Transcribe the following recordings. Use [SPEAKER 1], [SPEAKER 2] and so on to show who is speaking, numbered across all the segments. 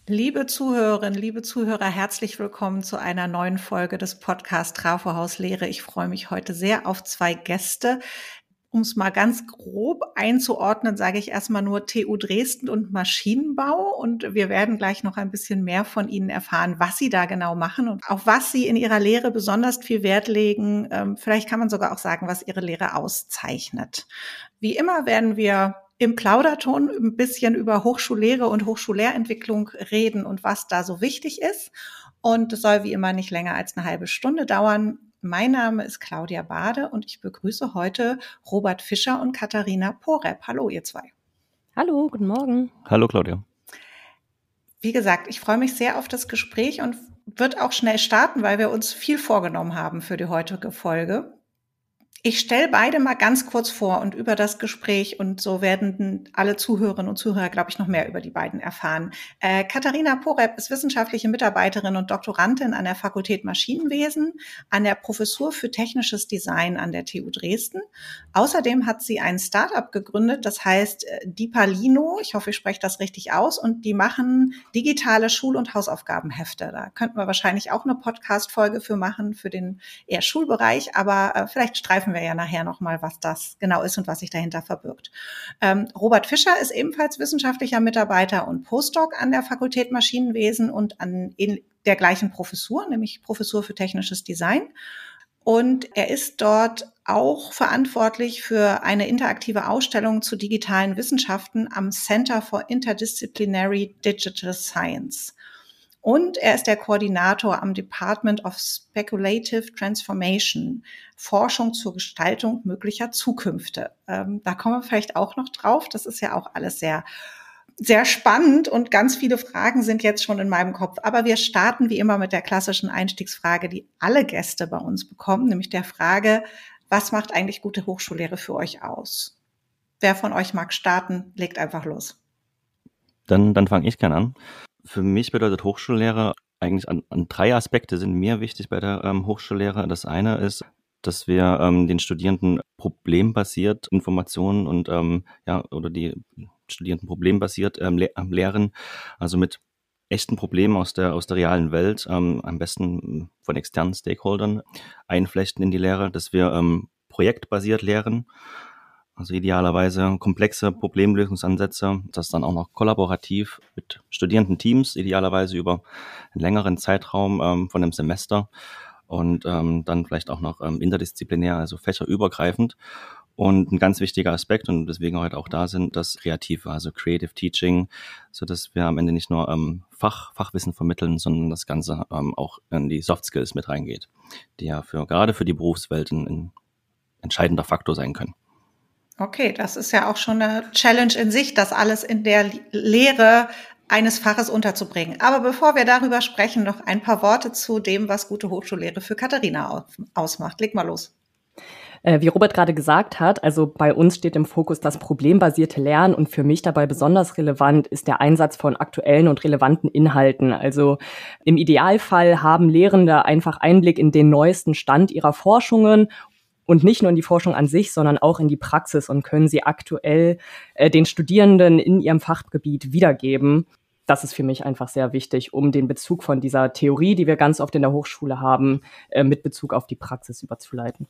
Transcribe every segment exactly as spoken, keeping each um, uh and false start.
[SPEAKER 1] Liebe Zuhörerinnen, liebe Zuhörer, herzlich willkommen zu einer neuen Folge des Podcasts Trafo Haus Lehre. Ich freue mich heute sehr auf zwei Gäste. Um es mal ganz grob einzuordnen, sage ich erstmal nur T U Dresden und Maschinenbau. Und wir werden gleich noch ein bisschen mehr von Ihnen erfahren, was Sie da genau machen und auf was Sie in Ihrer Lehre besonders viel Wert legen. Ähm, vielleicht kann man sogar auch sagen, was Ihre Lehre auszeichnet. Wie immer werden wir im Plauderton ein bisschen über Hochschullehre und Hochschullehrentwicklung reden und was da so wichtig ist. Und es soll wie immer nicht länger als eine halbe Stunde dauern. Mein Name ist Claudia Bade und ich begrüße heute Robert Fischer und Katharina Porep. Hallo, ihr zwei.
[SPEAKER 2] Hallo, guten Morgen.
[SPEAKER 3] Hallo, Claudia.
[SPEAKER 1] Wie gesagt, ich freue mich sehr auf das Gespräch und wird auch schnell starten, weil wir uns viel vorgenommen haben für die heutige Folge. Ich stelle beide mal ganz kurz vor und über das Gespräch und so werden alle Zuhörerinnen und Zuhörer, glaube ich, noch mehr über die beiden erfahren. Äh, Katharina Porep ist wissenschaftliche Mitarbeiterin und Doktorandin an der Fakultät Maschinenwesen, an der Professur für technisches Design an der T U Dresden. Außerdem hat sie ein Start-up gegründet, das heißt Dipalino, ich hoffe, ich spreche das richtig aus, und die machen digitale Schul- und Hausaufgabenhefte. Da könnten wir wahrscheinlich auch eine Podcast-Folge für machen, für den eher Schulbereich, aber äh, vielleicht streifen wir ja nachher nochmal, was das genau ist und was sich dahinter verbirgt. Ähm, Robert Fischer ist ebenfalls wissenschaftlicher Mitarbeiter und Postdoc an der Fakultät Maschinenwesen und an der gleichen Professur, nämlich Professur für technisches Design. Und er ist dort auch verantwortlich für eine interaktive Ausstellung zu digitalen Wissenschaften am Center for Interdisciplinary Digital Science. Und er ist der Koordinator am Department of Speculative Transformation, Forschung zur Gestaltung möglicher Zukünfte. Ähm, da kommen wir vielleicht auch noch drauf. Das ist ja auch alles sehr, sehr spannend und ganz viele Fragen sind jetzt schon in meinem Kopf. Aber wir starten wie immer mit der klassischen Einstiegsfrage, die alle Gäste bei uns bekommen, nämlich der Frage, was macht eigentlich gute Hochschullehre für euch aus? Wer von euch mag starten? Legt einfach los.
[SPEAKER 3] Dann, dann fange ich gerne an. Für mich bedeutet Hochschullehre eigentlich an, an drei Aspekte sind mir wichtig bei der ähm, Hochschullehre. Das eine ist, dass wir ähm, den Studierenden problembasiert Informationen und ähm, ja oder die Studierenden problembasiert ähm, le- lehren, also mit echten Problemen aus der aus der realen Welt, ähm, am besten von externen Stakeholdern einflechten in die Lehre, dass wir ähm, projektbasiert lehren. Also idealerweise komplexe Problemlösungsansätze, das dann auch noch kollaborativ mit Studierendenteams, idealerweise über einen längeren Zeitraum ähm, von einem Semester und ähm, dann vielleicht auch noch ähm, interdisziplinär, also fächerübergreifend. Und ein ganz wichtiger Aspekt, und deswegen heute auch da sind, das Kreative, also Creative Teaching, so dass wir am Ende nicht nur ähm, Fach, Fachwissen vermitteln, sondern das Ganze ähm, auch in die Soft Skills mit reingeht, die ja für gerade für die Berufswelt ein, ein entscheidender Faktor sein können.
[SPEAKER 1] Okay, das ist ja auch schon eine Challenge in sich, das alles in der Lehre eines Faches unterzubringen. Aber bevor wir darüber sprechen, noch ein paar Worte zu dem, was gute Hochschullehre für Katharina ausmacht. Leg mal los.
[SPEAKER 2] Wie Robert gerade gesagt hat, also bei uns steht im Fokus das problembasierte Lernen und für mich dabei besonders relevant ist der Einsatz von aktuellen und relevanten Inhalten. Also im Idealfall haben Lehrende einfach Einblick in den neuesten Stand ihrer Forschungen und nicht nur in die Forschung an sich, sondern auch in die Praxis und können sie aktuell äh, den Studierenden in ihrem Fachgebiet wiedergeben. Das ist für mich einfach sehr wichtig, um den Bezug von dieser Theorie, die wir ganz oft in der Hochschule haben, äh, mit Bezug auf die Praxis überzuleiten.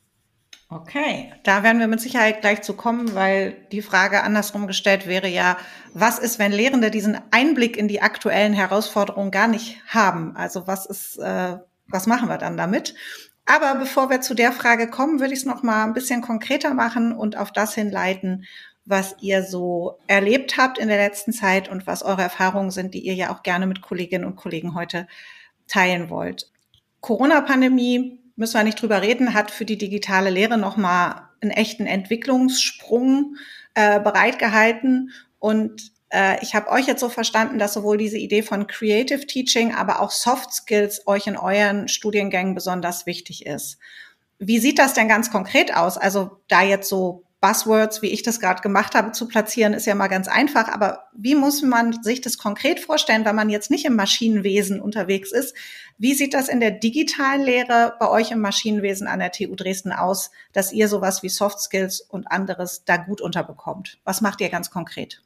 [SPEAKER 1] Okay, da werden wir mit Sicherheit gleich zu kommen, weil die Frage andersrum gestellt wäre ja, was ist, wenn Lehrende diesen Einblick in die aktuellen Herausforderungen gar nicht haben? Also was ist, äh, was machen wir dann damit? Aber bevor wir zu der Frage kommen, würde ich es noch mal ein bisschen konkreter machen und auf das hinleiten, was ihr so erlebt habt in der letzten Zeit und was eure Erfahrungen sind, die ihr ja auch gerne mit Kolleginnen und Kollegen heute teilen wollt. Corona-Pandemie, müssen wir nicht drüber reden, hat für die digitale Lehre noch mal einen echten Entwicklungssprung äh, bereitgehalten. Und äh, ich habe euch jetzt so verstanden, dass sowohl diese Idee von Creative Teaching, aber auch Soft Skills euch in euren Studiengängen besonders wichtig ist. Wie sieht das denn ganz konkret aus? Also da jetzt so Buzzwords, wie ich das gerade gemacht habe, zu platzieren, ist ja mal ganz einfach. Aber wie muss man sich das konkret vorstellen, wenn man jetzt nicht im Maschinenwesen unterwegs ist? Wie sieht das in der digitalen Lehre bei euch im Maschinenwesen an der T U Dresden aus, dass ihr sowas wie Soft Skills und anderes da gut unterbekommt? Was macht ihr ganz konkret?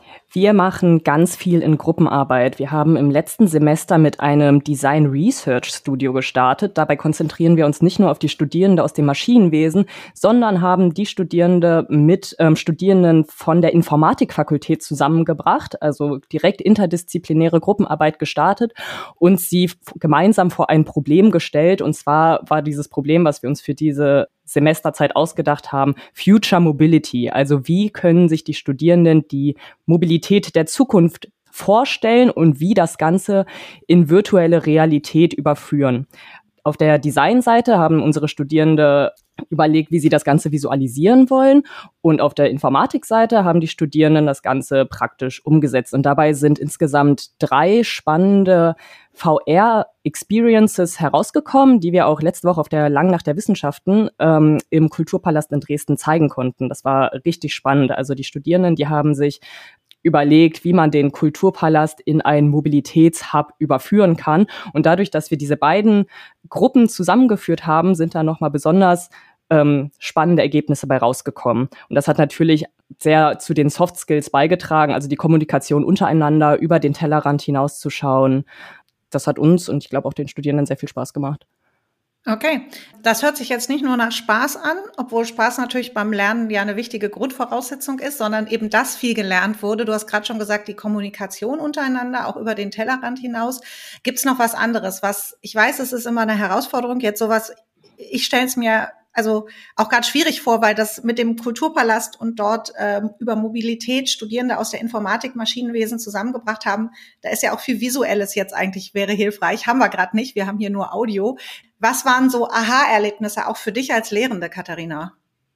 [SPEAKER 2] Wir machen ganz viel in Gruppenarbeit. Wir haben im letzten Semester mit einem Design Research Studio gestartet. Dabei konzentrieren wir uns nicht nur auf die Studierende aus dem Maschinenwesen, sondern haben die Studierende mit ähm, Studierenden von der Informatikfakultät zusammengebracht, also direkt interdisziplinäre Gruppenarbeit gestartet und sie f- gemeinsam vor ein Problem gestellt. Und zwar war dieses Problem, was wir uns für diese Semesterzeit ausgedacht haben, Future Mobility. Also wie können sich die Studierenden die Mobilität der Zukunft vorstellen und wie das Ganze in virtuelle Realität überführen. Auf der Designseite haben unsere Studierende überlegt, wie sie das Ganze visualisieren wollen. Und auf der Informatikseite haben die Studierenden das Ganze praktisch umgesetzt. Und dabei sind insgesamt drei spannende V R-Experiences herausgekommen, die wir auch letzte Woche auf der Langnacht der Wissenschaften ähm, im Kulturpalast in Dresden zeigen konnten. Das war richtig spannend. Also die Studierenden, die haben sich überlegt, wie man den Kulturpalast in einen Mobilitätshub überführen kann. Und dadurch, dass wir diese beiden Gruppen zusammengeführt haben, sind da nochmal besonders ähm, spannende Ergebnisse bei rausgekommen. Und das hat natürlich sehr zu den Soft Skills beigetragen, also die Kommunikation untereinander, über den Tellerrand hinauszuschauen. Das hat uns und ich glaube auch den Studierenden sehr viel Spaß gemacht.
[SPEAKER 1] Okay, das hört sich jetzt nicht nur nach Spaß an, obwohl Spaß natürlich beim Lernen ja eine wichtige Grundvoraussetzung ist, sondern eben, dass viel gelernt wurde. Du hast gerade schon gesagt, die Kommunikation untereinander, auch über den Tellerrand hinaus. Gibt es noch was anderes? Was ich weiß, es ist immer eine Herausforderung, jetzt sowas, ich stelle es mir also auch ganz schwierig vor, weil das mit dem Kulturpalast und dort ähm, über Mobilität Studierende aus der Informatik, Maschinenwesen zusammengebracht haben. Da ist ja auch viel Visuelles jetzt eigentlich, wäre hilfreich. Haben wir gerade nicht, wir haben hier nur Audio. Was waren so Aha-Erlebnisse auch für dich als Lehrende, Katharina?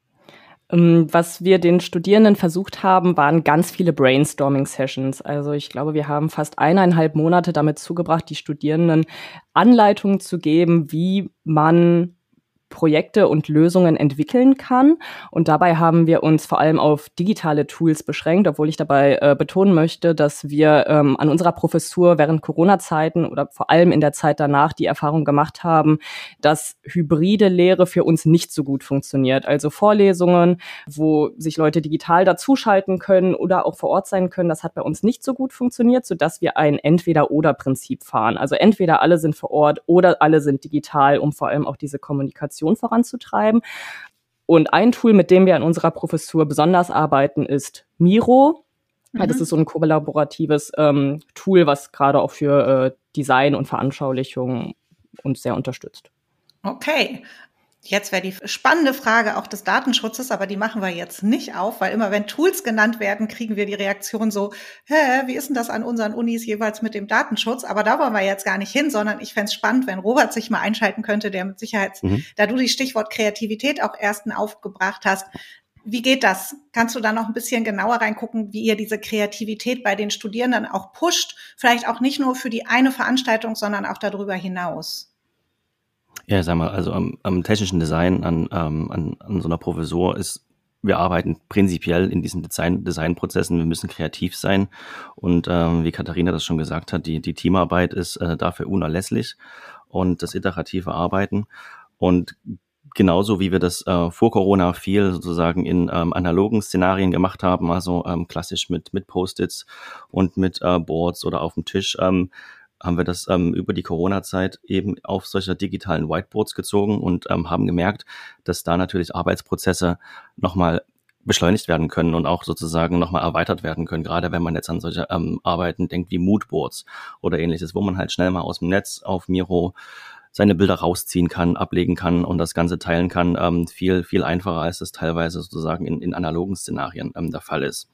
[SPEAKER 2] Was wir den Studierenden versucht haben, waren ganz viele Brainstorming-Sessions. Also ich glaube, wir haben fast eineinhalb Monate damit zugebracht, die Studierenden Anleitungen zu geben, wie man Projekte und Lösungen entwickeln kann. Und dabei haben wir uns vor allem auf digitale Tools beschränkt, obwohl ich dabei äh, betonen möchte, dass wir ähm, an unserer Professur während Corona-Zeiten oder vor allem in der Zeit danach die Erfahrung gemacht haben, dass hybride Lehre für uns nicht so gut funktioniert. Also Vorlesungen, wo sich Leute digital dazuschalten können oder auch vor Ort sein können, das hat bei uns nicht so gut funktioniert, sodass wir ein Entweder-oder-Prinzip fahren. Also entweder alle sind vor Ort oder alle sind digital, um vor allem auch diese Kommunikation voranzutreiben. Und ein Tool, mit dem wir an unserer Professur besonders arbeiten, ist Miro. Mhm. Das ist so ein kollaboratives ähm, Tool, was gerade auch für äh, Design und Veranschaulichung uns sehr unterstützt.
[SPEAKER 1] Okay. Jetzt wäre die spannende Frage auch des Datenschutzes, aber die machen wir jetzt nicht auf, weil immer wenn Tools genannt werden, kriegen wir die Reaktion so, hä, wie ist denn das an unseren Unis jeweils mit dem Datenschutz? Aber da wollen wir jetzt gar nicht hin, sondern ich fände es spannend, wenn Robert sich mal einschalten könnte, der mit Sicherheit, mhm. da du die Stichwort Kreativität auch ersten aufgebracht hast. Wie geht das? Kannst du da noch ein bisschen genauer reingucken, wie ihr diese Kreativität bei den Studierenden auch pusht? Vielleicht auch nicht nur für die eine Veranstaltung, sondern auch darüber hinaus.
[SPEAKER 3] Ja, sag mal, also am, am technischen Design, an, ähm, an, an so einer Professur ist, wir arbeiten prinzipiell in diesen Design, Designprozessen, wir müssen kreativ sein und ähm, wie Katharina das schon gesagt hat, die, die Teamarbeit ist äh, dafür unerlässlich und das iterative Arbeiten und genauso wie wir das äh, vor Corona viel sozusagen in ähm, analogen Szenarien gemacht haben, also ähm, klassisch mit, mit Post-its und mit äh, Boards oder auf dem Tisch, ähm, haben wir das ähm, über die Corona-Zeit eben auf solche digitalen Whiteboards gezogen und ähm, haben gemerkt, dass da natürlich Arbeitsprozesse nochmal beschleunigt werden können und auch sozusagen nochmal erweitert werden können, gerade wenn man jetzt an solche ähm, Arbeiten denkt wie Moodboards oder ähnliches, wo man halt schnell mal aus dem Netz auf Miro seine Bilder rausziehen kann, ablegen kann und das Ganze teilen kann, ähm, viel, viel einfacher, als es teilweise sozusagen in, in analogen Szenarien ähm, der Fall ist.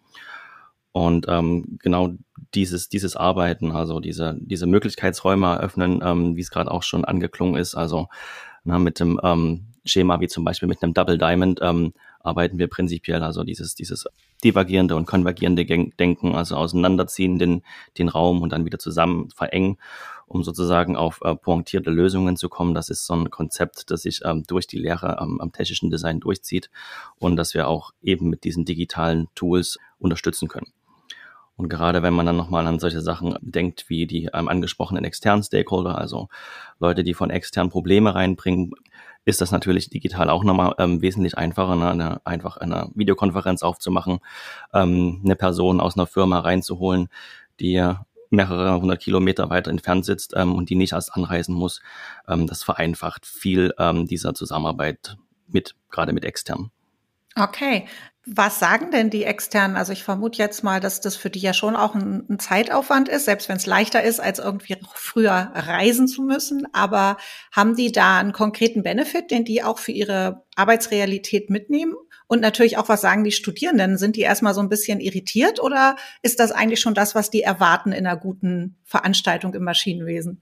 [SPEAKER 3] Und ähm, genau dieses dieses Arbeiten, also diese diese Möglichkeitsräume eröffnen, ähm, wie es gerade auch schon angeklungen ist, also na, mit dem ähm, Schema wie zum Beispiel mit einem Double Diamond ähm, arbeiten wir prinzipiell, also dieses dieses divergierende und konvergierende Denken, also auseinanderziehen den den Raum und dann wieder zusammen verengen, um sozusagen auf äh, pointierte Lösungen zu kommen. Das ist so ein Konzept, das sich ähm, durch die Lehre ähm, am technischen Design durchzieht und das wir auch eben mit diesen digitalen Tools unterstützen können. Und gerade wenn man dann nochmal an solche Sachen denkt, wie die ähm, angesprochenen externen Stakeholder, also Leute, die von extern Probleme reinbringen, ist das natürlich digital auch nochmal ähm, wesentlich einfacher, ne? eine, einfach eine Videokonferenz aufzumachen, ähm, eine Person aus einer Firma reinzuholen, die mehrere hundert Kilometer weiter entfernt sitzt ähm, und die nicht erst anreisen muss. Ähm, das vereinfacht viel ähm, dieser Zusammenarbeit mit, gerade mit externen.
[SPEAKER 1] Okay. Was sagen denn die Externen? Also ich vermute jetzt mal, dass das für die ja schon auch ein, ein Zeitaufwand ist, selbst wenn es leichter ist, als irgendwie früher reisen zu müssen. Aber haben die da einen konkreten Benefit, den die auch für ihre Arbeitsrealität mitnehmen? Und natürlich auch, was sagen die Studierenden? Sind die erstmal so ein bisschen irritiert oder ist das eigentlich schon das, was die erwarten in einer guten Veranstaltung im Maschinenwesen?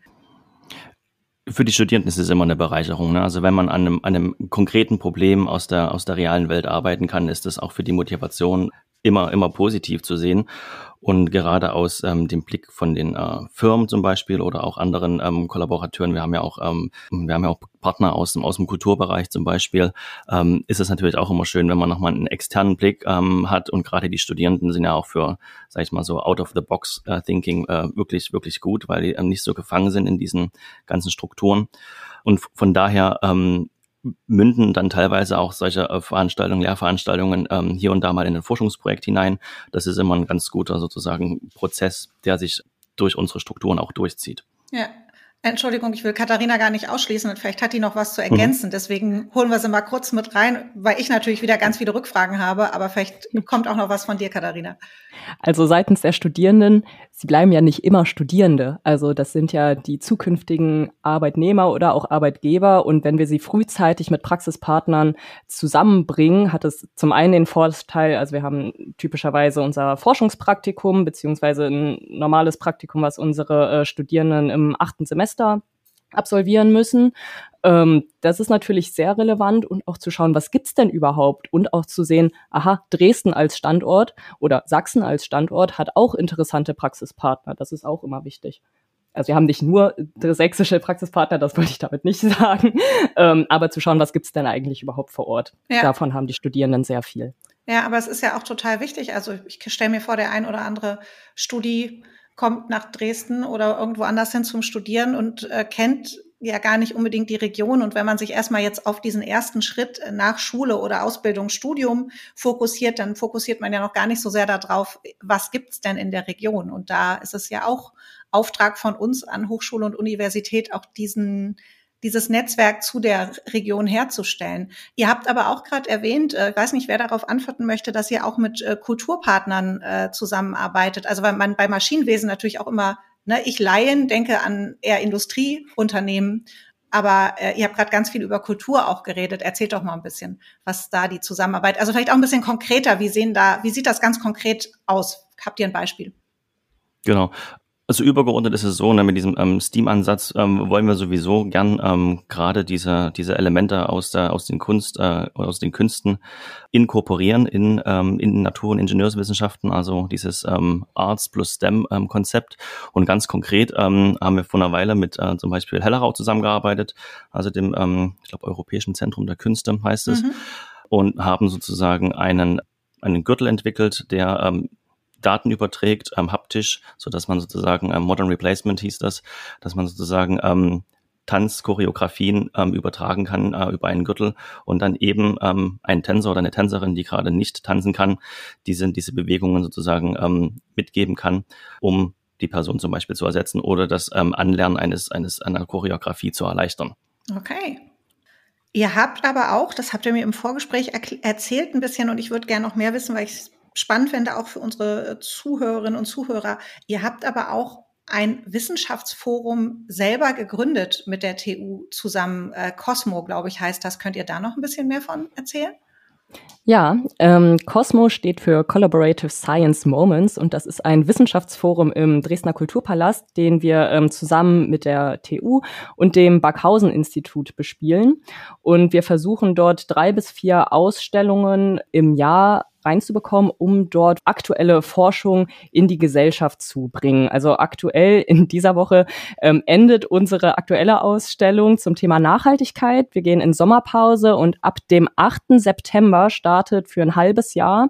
[SPEAKER 3] Für die Studierenden ist es immer eine Bereicherung, ne? Also wenn man an einem, an einem konkreten Problem aus der, aus der realen Welt arbeiten kann, ist das auch für die Motivation immer, immer positiv zu sehen. Und gerade aus ähm, dem Blick von den äh, Firmen zum Beispiel oder auch anderen ähm, Kollaborateuren, wir haben ja auch, ähm, wir haben ja auch Partner aus dem, aus dem Kulturbereich zum Beispiel, ähm, ist es natürlich auch immer schön, wenn man nochmal einen externen Blick ähm, hat. Und gerade die Studierenden sind ja auch für, sag ich mal so, out-of-the-box-Thinking äh, wirklich, wirklich gut, weil die ähm, nicht so gefangen sind in diesen ganzen Strukturen. Und von daher ähm, münden dann teilweise auch solche äh, Veranstaltungen, Lehrveranstaltungen ähm, hier und da mal in ein Forschungsprojekt hinein. Das ist immer ein ganz guter sozusagen Prozess, der sich durch unsere Strukturen auch durchzieht.
[SPEAKER 1] Ja. Entschuldigung, ich will Katharina gar nicht ausschließen und vielleicht hat die noch was zu ergänzen. Mhm. Deswegen holen wir sie mal kurz mit rein, weil ich natürlich wieder ganz viele Rückfragen habe, aber vielleicht kommt auch noch was von dir, Katharina.
[SPEAKER 2] Also seitens der Studierenden, sie bleiben ja nicht immer Studierende. Also das sind ja die zukünftigen Arbeitnehmer oder auch Arbeitgeber. Und wenn wir sie frühzeitig mit Praxispartnern zusammenbringen, hat es zum einen den Vorteil, also wir haben typischerweise unser Forschungspraktikum beziehungsweise ein normales Praktikum, was unsere äh, Studierenden im achten Semester absolvieren müssen. Ähm, das ist natürlich sehr relevant und auch zu schauen, was gibt's denn überhaupt und auch zu sehen, aha, Dresden als Standort oder Sachsen als Standort hat auch interessante Praxispartner. Das ist auch immer wichtig. Also wir haben nicht nur sächsische Praxispartner, das wollte ich damit nicht sagen, ähm, aber zu schauen, was gibt's denn eigentlich überhaupt vor Ort. Ja. Davon haben die Studierenden sehr viel.
[SPEAKER 1] Ja, aber es ist ja auch total wichtig. Also ich stelle mir vor, der ein oder andere Studi kommt nach Dresden oder irgendwo anders hin zum Studieren und äh, kennt ja gar nicht unbedingt die Region. Und wenn man sich erstmal jetzt auf diesen ersten Schritt nach Schule oder Ausbildung, Studium fokussiert, dann fokussiert man ja noch gar nicht so sehr darauf, was gibt's denn in der Region. Und da ist es ja auch Auftrag von uns an Hochschule und Universität, auch diesen dieses Netzwerk zu der Region herzustellen. Ihr habt aber auch gerade erwähnt, ich weiß nicht, wer darauf antworten möchte, dass ihr auch mit äh, Kulturpartnern äh, zusammenarbeitet. Also weil man bei Maschinenwesen natürlich auch immer, ne, ich Laien denke an eher Industrieunternehmen, aber äh, ihr habt gerade ganz viel über Kultur auch geredet. Erzählt doch mal ein bisschen, was da die Zusammenarbeit, also vielleicht auch ein bisschen konkreter, wie sehen da, wie sieht das ganz konkret aus? Habt ihr ein Beispiel?
[SPEAKER 3] Genau. Also übergeordnet ist es so, ne, mit diesem ähm, Steam-Ansatz ähm, wollen wir sowieso gern ähm, gerade diese diese Elemente aus der aus den Kunst äh, aus den Künsten inkorporieren in ähm, in Natur- und Ingenieurswissenschaften, also dieses ähm, Arts plus STEM ähm, Konzept. Und ganz konkret ähm, haben wir vor einer Weile mit äh, zum Beispiel Hellerau zusammengearbeitet, also dem ähm, ich glaube Europäischen Zentrum der Künste heißt es, mhm. und haben sozusagen einen einen Gürtel entwickelt, der ähm, Daten überträgt, ähm, haptisch, so dass man sozusagen ähm, Modern Replacement hieß das, dass man sozusagen ähm, Tanzchoreografien ähm, übertragen kann äh, über einen Gürtel und dann eben ähm, ein Tänzer oder eine Tänzerin, die gerade nicht tanzen kann, diese diese Bewegungen sozusagen ähm, mitgeben kann, um die Person zum Beispiel zu ersetzen oder das ähm, Anlernen eines eines einer Choreografie zu erleichtern.
[SPEAKER 1] Okay. Ihr habt aber auch, das habt ihr mir im Vorgespräch erkl- erzählt ein bisschen und ich würde gerne noch mehr wissen, weil ich spannend finde, auch für unsere Zuhörerinnen und Zuhörer. Ihr habt aber auch ein Wissenschaftsforum selber gegründet mit der T U zusammen. Äh, Cosmo, glaube ich, heißt das. Könnt ihr da noch ein bisschen mehr von erzählen?
[SPEAKER 2] Ja, ähm, Cosmo steht für Collaborative Science Moments und das ist ein Wissenschaftsforum im Dresdner Kulturpalast, den wir ähm, zusammen mit der T U und dem Backhausen-Institut bespielen. Und wir versuchen dort drei bis vier Ausstellungen im Jahr reinzubekommen, um dort aktuelle Forschung in die Gesellschaft zu bringen. Also aktuell in dieser Woche ähm, endet unsere aktuelle Ausstellung zum Thema Nachhaltigkeit. Wir gehen in Sommerpause und ab dem achten September startet für ein halbes Jahr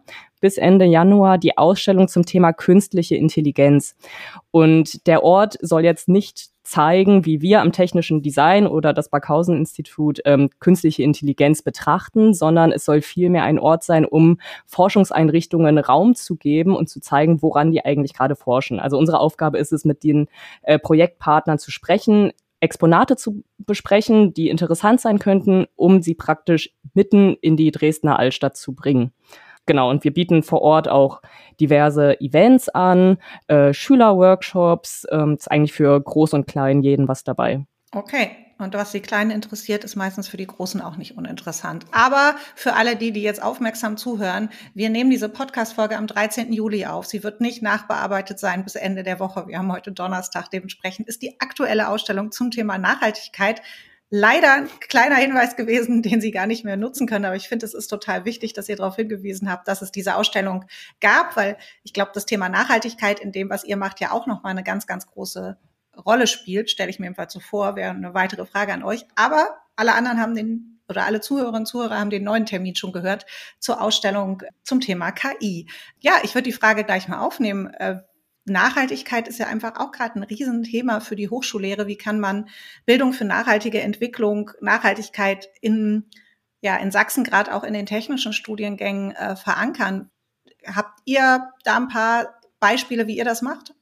[SPEAKER 2] bis Ende Januar die Ausstellung zum Thema künstliche Intelligenz. Und der Ort soll jetzt nicht zeigen, wie wir am Technischen Design oder das Barkhausen-Institut ähm, künstliche Intelligenz betrachten, sondern es soll vielmehr ein Ort sein, um Forschungseinrichtungen Raum zu geben und zu zeigen, woran die eigentlich gerade forschen. Also unsere Aufgabe ist es, mit den äh, Projektpartnern zu sprechen, Exponate zu besprechen, die interessant sein könnten, um sie praktisch mitten in die Dresdner Altstadt zu bringen. Genau, und wir bieten vor Ort auch diverse Events an, äh, Schülerworkshops, ähm, ist eigentlich für Groß und Klein jeden was dabei.
[SPEAKER 1] Okay, und was die Kleinen interessiert, ist meistens für die Großen auch nicht uninteressant. Aber für alle die, die jetzt aufmerksam zuhören, wir nehmen diese Podcast-Folge am dreizehnten Juli auf. Sie wird nicht nachbearbeitet sein bis Ende der Woche. Wir haben heute Donnerstag, dementsprechend ist die aktuelle Ausstellung zum Thema Nachhaltigkeit leider ein kleiner Hinweis gewesen, den Sie gar nicht mehr nutzen können. Aber ich finde, es ist total wichtig, dass ihr darauf hingewiesen habt, dass es diese Ausstellung gab, weil ich glaube, das Thema Nachhaltigkeit in dem, was ihr macht, ja auch nochmal eine ganz, ganz große Rolle spielt, stelle ich mir jedenfalls so vor, wäre eine weitere Frage an euch. Aber alle anderen haben den, oder alle Zuhörerinnen und Zuhörer haben den neuen Termin schon gehört zur Ausstellung zum Thema K I. Ja, ich würde die Frage gleich mal aufnehmen. Nachhaltigkeit ist ja einfach auch gerade ein Riesenthema für die Hochschullehre. Wie kann man Bildung für nachhaltige Entwicklung, Nachhaltigkeit in, ja, in Sachsen gerade auch in den technischen Studiengängen äh, verankern? Habt ihr da ein paar Beispiele, wie ihr das macht?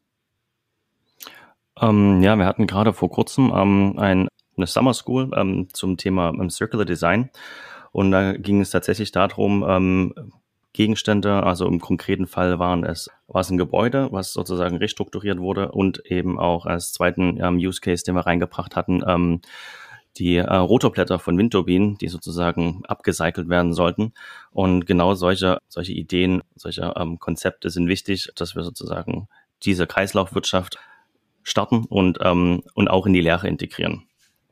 [SPEAKER 3] Ähm, ja, wir hatten gerade vor kurzem ähm, ein, eine Summer School ähm, zum Thema ähm, Circular Design. Und da ging es tatsächlich darum, ähm, Gegenstände, also im konkreten Fall waren es, war es ein Gebäude, was sozusagen restrukturiert wurde und eben auch als zweiten ähm, Use Case, den wir reingebracht hatten, ähm, die äh, Rotorblätter von Windturbinen, die sozusagen abgecycelt werden sollten. Und genau solche, solche Ideen, solche ähm, Konzepte sind wichtig, dass wir sozusagen diese Kreislaufwirtschaft starten und, ähm, und auch in die Lehre integrieren.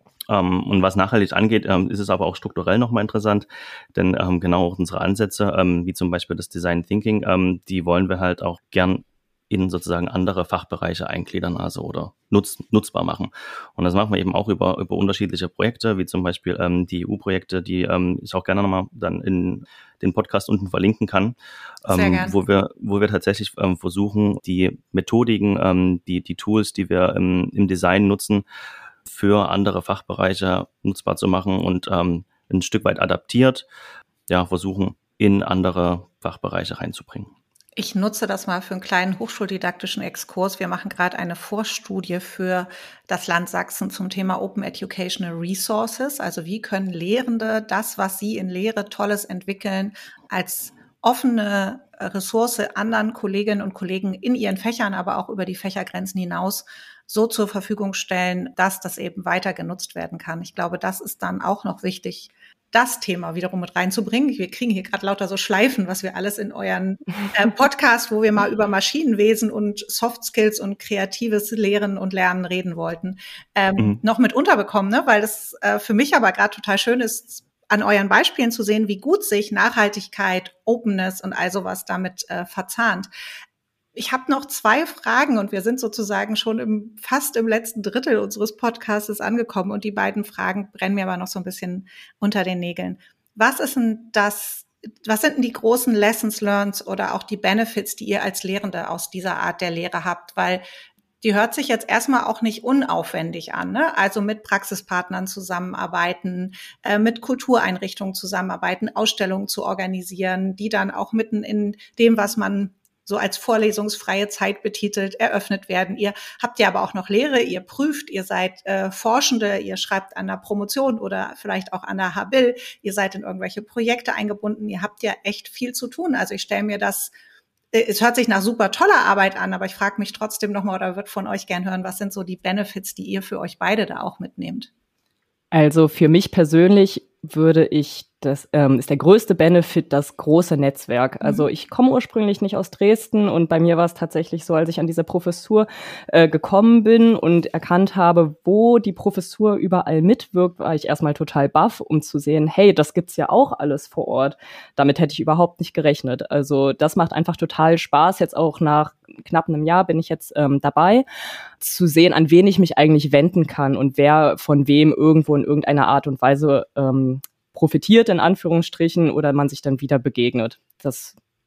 [SPEAKER 3] Um, und was nachhaltig angeht, ähm, ist es aber auch strukturell nochmal interessant, denn ähm, genau auch unsere Ansätze, ähm, wie zum Beispiel das Design Thinking, ähm, die wollen wir halt auch gern in sozusagen andere Fachbereiche eingliedern, also oder nutz, nutzbar machen. Und das machen wir eben auch über über unterschiedliche Projekte, wie zum Beispiel ähm, die E U-Projekte, die ähm, ich auch gerne nochmal dann in den Podcast unten verlinken kann, ähm, wo wir wo wir tatsächlich ähm, versuchen, die Methodiken, ähm, die die Tools, die wir im, im Design nutzen, für andere Fachbereiche nutzbar zu machen und ähm, ein Stück weit adaptiert, ja, versuchen, in andere Fachbereiche reinzubringen.
[SPEAKER 1] Ich nutze das mal für einen kleinen hochschuldidaktischen Exkurs. Wir machen gerade eine Vorstudie für das Land Sachsen zum Thema Open Educational Resources. Also wie können Lehrende das, was sie in Lehre Tolles entwickeln, als offene Ressource anderen Kolleginnen und Kollegen in ihren Fächern, aber auch über die Fächergrenzen hinaus so zur Verfügung stellen, dass das eben weiter genutzt werden kann. Ich glaube, das ist dann auch noch wichtig, das Thema wiederum mit reinzubringen. Wir kriegen hier gerade lauter so Schleifen, was wir alles in euren äh, Podcast, wo wir mal über Maschinenwesen und Soft Skills und kreatives Lehren und Lernen reden wollten, ähm, mhm. noch mit unterbekommen, ne? Weil das äh, für mich aber gerade total schön ist, an euren Beispielen zu sehen, wie gut sich Nachhaltigkeit, Openness und all sowas damit äh, verzahnt. Ich habe noch zwei Fragen und wir sind sozusagen schon im, fast im letzten Drittel unseres Podcasts angekommen und die beiden Fragen brennen mir aber noch so ein bisschen unter den Nägeln. Was ist denn das, was sind denn die großen Lessons learned oder auch die Benefits, die ihr als Lehrende aus dieser Art der Lehre habt? Weil die hört sich jetzt erstmal auch nicht unaufwendig an, ne? Also mit Praxispartnern zusammenarbeiten, äh, mit Kultureinrichtungen zusammenarbeiten, Ausstellungen zu organisieren, die dann auch mitten in dem, was man so als vorlesungsfreie Zeit betitelt, eröffnet werden. Ihr habt ja aber auch noch Lehre, ihr prüft, ihr seid äh, Forschende, ihr schreibt an der Promotion oder vielleicht auch an der Habil, ihr seid in irgendwelche Projekte eingebunden, ihr habt ja echt viel zu tun. Also ich stelle mir das, äh, es hört sich nach super toller Arbeit an, aber ich frage mich trotzdem nochmal oder würde von euch gern hören, was sind so die Benefits, die ihr für euch beide da auch mitnehmt?
[SPEAKER 2] Also für mich persönlich würde ich, das ähm, ist der größte Benefit das große Netzwerk. Also ich komme ursprünglich nicht aus Dresden und bei mir war es tatsächlich so, als ich an diese Professur äh, gekommen bin und erkannt habe, wo die Professur überall mitwirkt, war ich erstmal total baff, um zu sehen, hey, das gibt's ja auch alles vor Ort. Damit hätte ich überhaupt nicht gerechnet. Also das macht einfach total Spaß. Jetzt auch nach knapp einem Jahr bin ich jetzt ähm, dabei, zu sehen, an wen ich mich eigentlich wenden kann und wer von wem irgendwo in irgendeiner Art und Weise ähm, profitiert, in Anführungsstrichen, oder man sich dann wieder begegnet. Das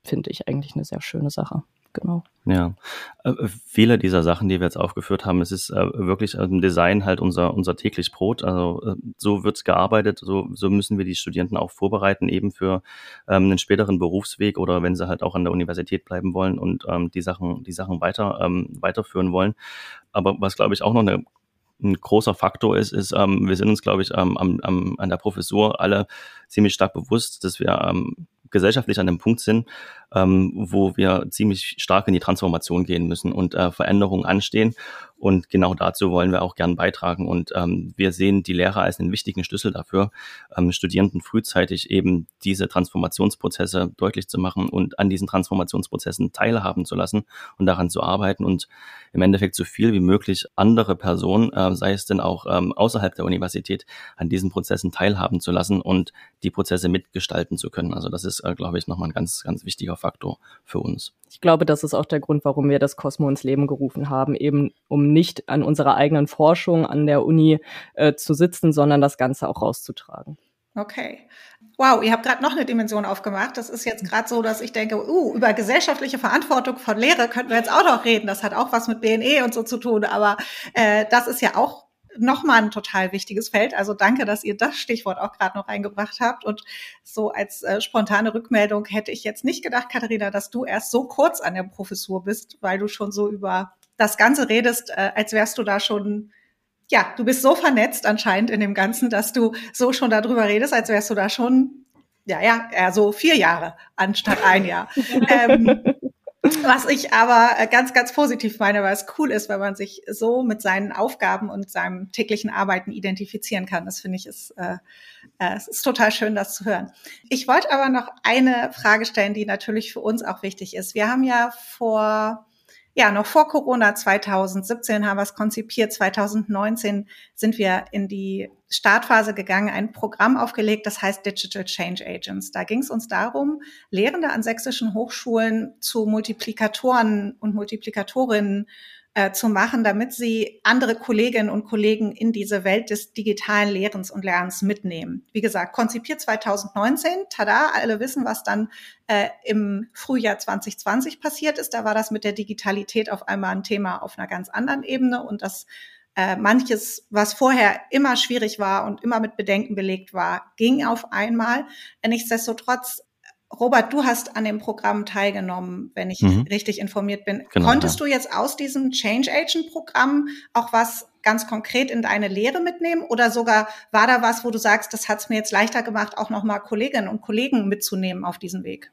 [SPEAKER 2] finde ich eigentlich eine sehr schöne Sache. Genau.
[SPEAKER 3] Ja, äh, viele dieser Sachen, die wir jetzt aufgeführt haben, es ist äh, wirklich im Design halt unser unser täglich Brot. Also äh, so wird gearbeitet, so so müssen wir die Studierenden auch vorbereiten, eben für ähm, einen späteren Berufsweg oder wenn sie halt auch an der Universität bleiben wollen und ähm, die Sachen die Sachen weiter ähm, weiterführen wollen. Aber was, glaube ich, auch noch eine ein großer Faktor ist, ist, ähm, wir sind uns, glaube ich, ähm, am, am, an der Professur alle ziemlich stark bewusst, dass wir ähm, gesellschaftlich an dem Punkt sind, ähm, wo wir ziemlich stark in die Transformation gehen müssen und äh, Veränderungen anstehen. Und genau dazu wollen wir auch gern beitragen. Und ähm, wir sehen die Lehre als einen wichtigen Schlüssel dafür, ähm, Studierenden frühzeitig eben diese Transformationsprozesse deutlich zu machen und an diesen Transformationsprozessen teilhaben zu lassen und daran zu arbeiten und im Endeffekt so viel wie möglich andere Personen, äh, sei es denn auch ähm, außerhalb der Universität, an diesen Prozessen teilhaben zu lassen und die Prozesse mitgestalten zu können. Also das ist, äh, glaube ich, nochmal ein ganz, ganz wichtiger Faktor für uns.
[SPEAKER 2] Ich glaube, das ist auch der Grund, warum wir das Cosmo ins Leben gerufen haben, eben um nicht an unserer eigenen Forschung an der Uni äh, zu sitzen, sondern das Ganze auch rauszutragen.
[SPEAKER 1] Okay. Wow, ihr habt gerade noch eine Dimension aufgemacht. Das ist jetzt gerade so, dass ich denke, uh, über gesellschaftliche Verantwortung von Lehre könnten wir jetzt auch noch reden. Das hat auch was mit B N E und so zu tun, aber äh, das ist ja auch nochmal ein total wichtiges Feld. Also danke, dass ihr das Stichwort auch gerade noch reingebracht habt. Und so als äh, spontane Rückmeldung hätte ich jetzt nicht gedacht, Katharina, dass du erst so kurz an der Professur bist, weil du schon so über das Ganze redest, äh, als wärst du da schon, ja, du bist so vernetzt anscheinend in dem Ganzen, dass du so schon darüber redest, als wärst du da schon, ja, ja, eher so vier Jahre anstatt ein Jahr. ähm, Was ich aber ganz, ganz positiv meine, weil es cool ist, weil man sich so mit seinen Aufgaben und seinem täglichen Arbeiten identifizieren kann. Das finde ich ist, äh, es ist total schön, das zu hören. Ich wollte aber noch eine Frage stellen, die natürlich für uns auch wichtig ist. Wir haben ja vor Ja, noch vor Corona zwanzig siebzehn haben wir es konzipiert. zwanzig neunzehn sind wir in die Startphase gegangen, ein Programm aufgelegt, das heißt Digital Change Agents. Da ging es uns darum, Lehrende an sächsischen Hochschulen zu Multiplikatoren und Multiplikatorinnen äh, zu machen, damit sie andere Kolleginnen und Kollegen in diese Welt des digitalen Lehrens und Lernens mitnehmen. Wie gesagt, konzipiert zwanzig neunzehn, tada, alle wissen, was dann äh, im Frühjahr zwanzig zwanzig passiert ist. Da war das mit der Digitalität auf einmal ein Thema auf einer ganz anderen Ebene und das äh, manches, was vorher immer schwierig war und immer mit Bedenken belegt war, ging auf einmal. Nichtsdestotrotz, Robert, du hast an dem Programm teilgenommen, wenn ich mhm. richtig informiert bin. Genau, Konntest ja. du jetzt aus diesem Change Agent Programm auch was ganz konkret in deine Lehre mitnehmen? Oder sogar war da was, wo du sagst, das hat es mir jetzt leichter gemacht, auch nochmal Kolleginnen und Kollegen mitzunehmen auf diesen Weg?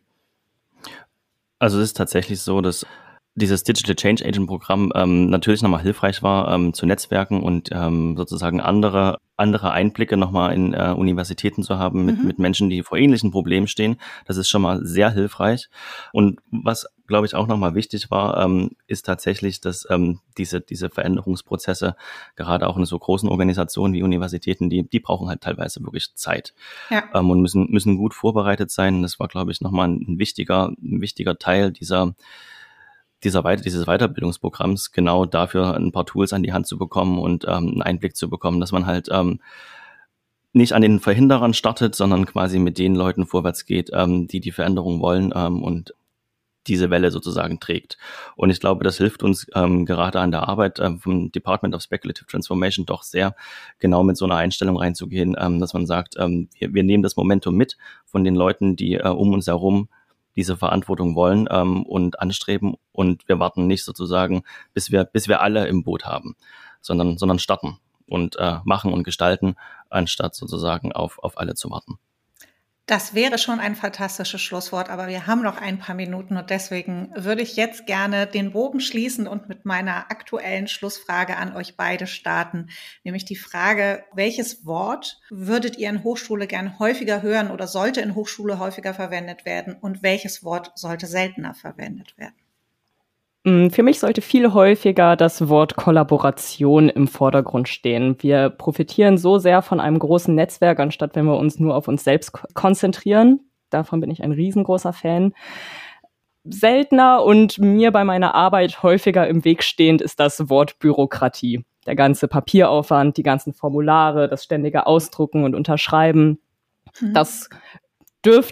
[SPEAKER 3] Also es ist tatsächlich so, dass dieses Digital Change Agent Programm ähm, natürlich nochmal hilfreich war, ähm, zu netzwerken und ähm, sozusagen andere andere Einblicke nochmal in äh, Universitäten zu haben mit, mhm. mit Menschen, die vor ähnlichen Problemen stehen. Das ist schon mal sehr hilfreich. Und was, glaube ich, auch nochmal wichtig war, ähm, ist tatsächlich, dass ähm, diese diese Veränderungsprozesse, gerade auch in so großen Organisationen wie Universitäten, die die brauchen halt teilweise wirklich Zeit ja. ähm, und müssen müssen gut vorbereitet sein. Das war, glaube ich, nochmal ein wichtiger ein wichtiger Teil dieser dieser Weite, dieses Weiterbildungsprogramms, genau dafür ein paar Tools an die Hand zu bekommen und ähm, einen Einblick zu bekommen, dass man halt ähm, nicht an den Verhinderern startet, sondern quasi mit den Leuten vorwärts geht, ähm, die die Veränderung wollen ähm, und diese Welle sozusagen trägt. Und ich glaube, das hilft uns ähm, gerade an der Arbeit ähm, vom Department of Speculative Transformation doch sehr, genau mit so einer Einstellung reinzugehen, ähm, dass man sagt, ähm, wir, wir nehmen das Momentum mit von den Leuten, die äh, um uns herum diese Verantwortung wollen ähm, und anstreben und wir warten nicht sozusagen, bis wir bis wir alle im Boot haben, sondern sondern starten und äh, machen und gestalten, anstatt sozusagen auf auf alle zu warten.
[SPEAKER 1] Das wäre schon ein fantastisches Schlusswort, aber wir haben noch ein paar Minuten und deswegen würde ich jetzt gerne den Bogen schließen und mit meiner aktuellen Schlussfrage an euch beide starten, nämlich die Frage, welches Wort würdet ihr in Hochschule gern häufiger hören oder sollte in Hochschule häufiger verwendet werden und welches Wort sollte seltener verwendet werden?
[SPEAKER 2] Für mich sollte viel häufiger das Wort Kollaboration im Vordergrund stehen. Wir profitieren so sehr von einem großen Netzwerk, anstatt wenn wir uns nur auf uns selbst konzentrieren. Davon bin ich ein riesengroßer Fan. Seltener und mir bei meiner Arbeit häufiger im Weg stehend ist das Wort Bürokratie. Der ganze Papieraufwand, die ganzen Formulare, das ständige Ausdrucken und Unterschreiben. Mhm. Das dürfte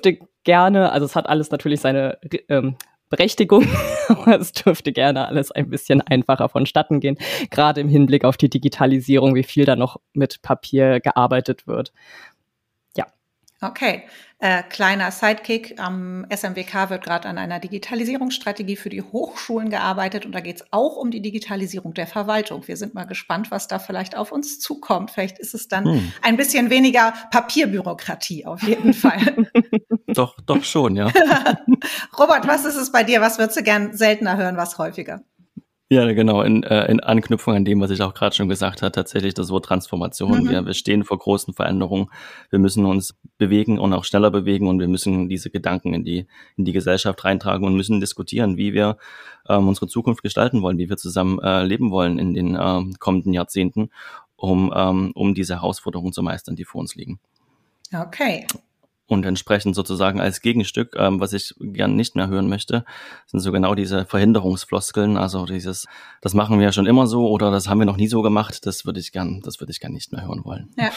[SPEAKER 2] gerne. Also es hat alles natürlich seine ähm, Berechtigung, aber es dürfte gerne alles ein bisschen einfacher vonstatten gehen, gerade im Hinblick auf die Digitalisierung, wie viel da noch mit Papier gearbeitet wird. Ja.
[SPEAKER 1] Okay, äh, kleiner Sidekick. Am S M W K wird gerade an einer Digitalisierungsstrategie für die Hochschulen gearbeitet und da geht es auch um die Digitalisierung der Verwaltung. Wir sind mal gespannt, was da vielleicht auf uns zukommt. Vielleicht ist es dann hm. ein bisschen weniger Papierbürokratie auf jeden Fall.
[SPEAKER 3] Doch, doch schon, ja.
[SPEAKER 1] Robert, was ist es bei dir? Was würdest du gern seltener hören, was häufiger?
[SPEAKER 3] Ja, genau, in, äh, in Anknüpfung an dem, was ich auch gerade schon gesagt habe, tatsächlich das Wort Transformation. Mhm. Wir, wir stehen vor großen Veränderungen. Wir müssen uns bewegen und auch schneller bewegen und wir müssen diese Gedanken in die, in die Gesellschaft reintragen und müssen diskutieren, wie wir ähm, unsere Zukunft gestalten wollen, wie wir zusammen äh, leben wollen in den äh, kommenden Jahrzehnten, um, ähm, um diese Herausforderungen zu meistern, die vor uns liegen.
[SPEAKER 1] Okay.
[SPEAKER 3] Und entsprechend sozusagen als Gegenstück, ähm, was ich gern nicht mehr hören möchte, sind so genau diese Verhinderungsfloskeln, also dieses, das machen wir ja schon immer so oder das haben wir noch nie so gemacht, das würde ich gern, das würde ich gern nicht mehr hören wollen.
[SPEAKER 1] Ja.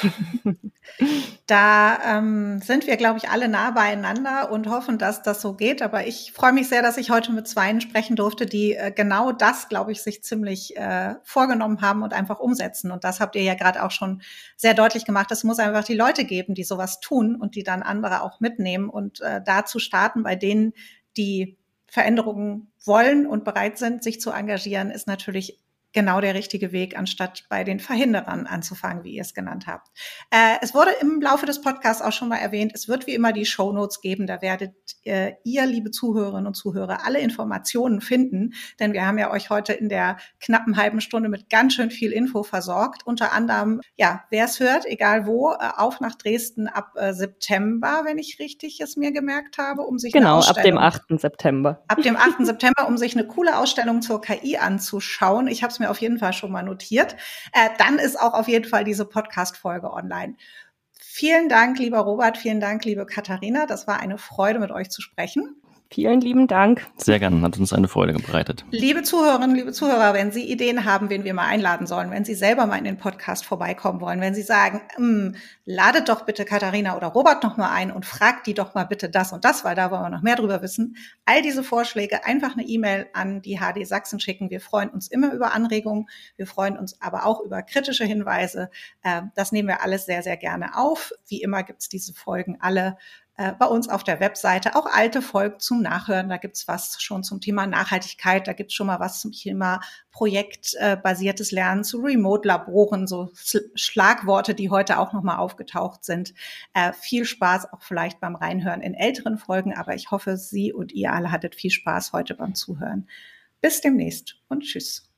[SPEAKER 1] Da ähm, sind wir, glaube ich, alle nah beieinander und hoffen, dass das so geht. Aber ich freue mich sehr, dass ich heute mit Zweien sprechen durfte, die äh, genau das, glaube ich, sich ziemlich äh, vorgenommen haben und einfach umsetzen. Und das habt ihr ja gerade auch schon sehr deutlich gemacht. Es muss einfach die Leute geben, die sowas tun und die dann andere auch mitnehmen. Und äh, da zu starten bei denen, die Veränderungen wollen und bereit sind, sich zu engagieren, ist natürlich genau der richtige Weg, anstatt bei den Verhinderern anzufangen, wie ihr es genannt habt. Äh, es wurde im Laufe des Podcasts auch schon mal erwähnt, es wird wie immer die Shownotes geben, da werdet äh, ihr, liebe Zuhörerinnen und Zuhörer, alle Informationen finden, denn wir haben ja euch heute in der knappen halben Stunde mit ganz schön viel Info versorgt, unter anderem, ja, wer es hört, egal wo, äh, auf nach Dresden ab äh, September, wenn ich richtig es mir gemerkt habe, um sich
[SPEAKER 2] genau,
[SPEAKER 1] eine Ausstellung...
[SPEAKER 2] Genau, ab dem achten September.
[SPEAKER 1] Ab dem achten September, um sich eine coole Ausstellung zur K I anzuschauen. Ich habe mir auf jeden Fall schon mal notiert. Äh, dann ist auch auf jeden Fall diese Podcast-Folge online. Vielen Dank, lieber Robert, vielen Dank, liebe Katharina. Das war eine Freude, mit euch zu sprechen.
[SPEAKER 2] Vielen lieben Dank.
[SPEAKER 3] Sehr gerne, hat uns eine Freude bereitet.
[SPEAKER 1] Liebe Zuhörerinnen, liebe Zuhörer, wenn Sie Ideen haben, wen wir mal einladen sollen, wenn Sie selber mal in den Podcast vorbeikommen wollen, wenn Sie sagen, ladet doch bitte Katharina oder Robert noch mal ein und fragt die doch mal bitte das und das, weil da wollen wir noch mehr drüber wissen. All diese Vorschläge einfach eine E-Mail an die H D Sachsen schicken. Wir freuen uns immer über Anregungen. Wir freuen uns aber auch über kritische Hinweise. Das nehmen wir alles sehr, sehr gerne auf. Wie immer gibt es diese Folgen alle bei uns auf der Webseite, auch alte Folgen zum Nachhören. Da gibt's was schon zum Thema Nachhaltigkeit, da gibt's schon mal was zum Thema projektbasiertes Lernen, zu Remote-Laboren, so Schlagworte, die heute auch nochmal aufgetaucht sind. Äh, viel Spaß auch vielleicht beim Reinhören in älteren Folgen, aber ich hoffe, Sie und ihr alle hattet viel Spaß heute beim Zuhören. Bis demnächst und tschüss.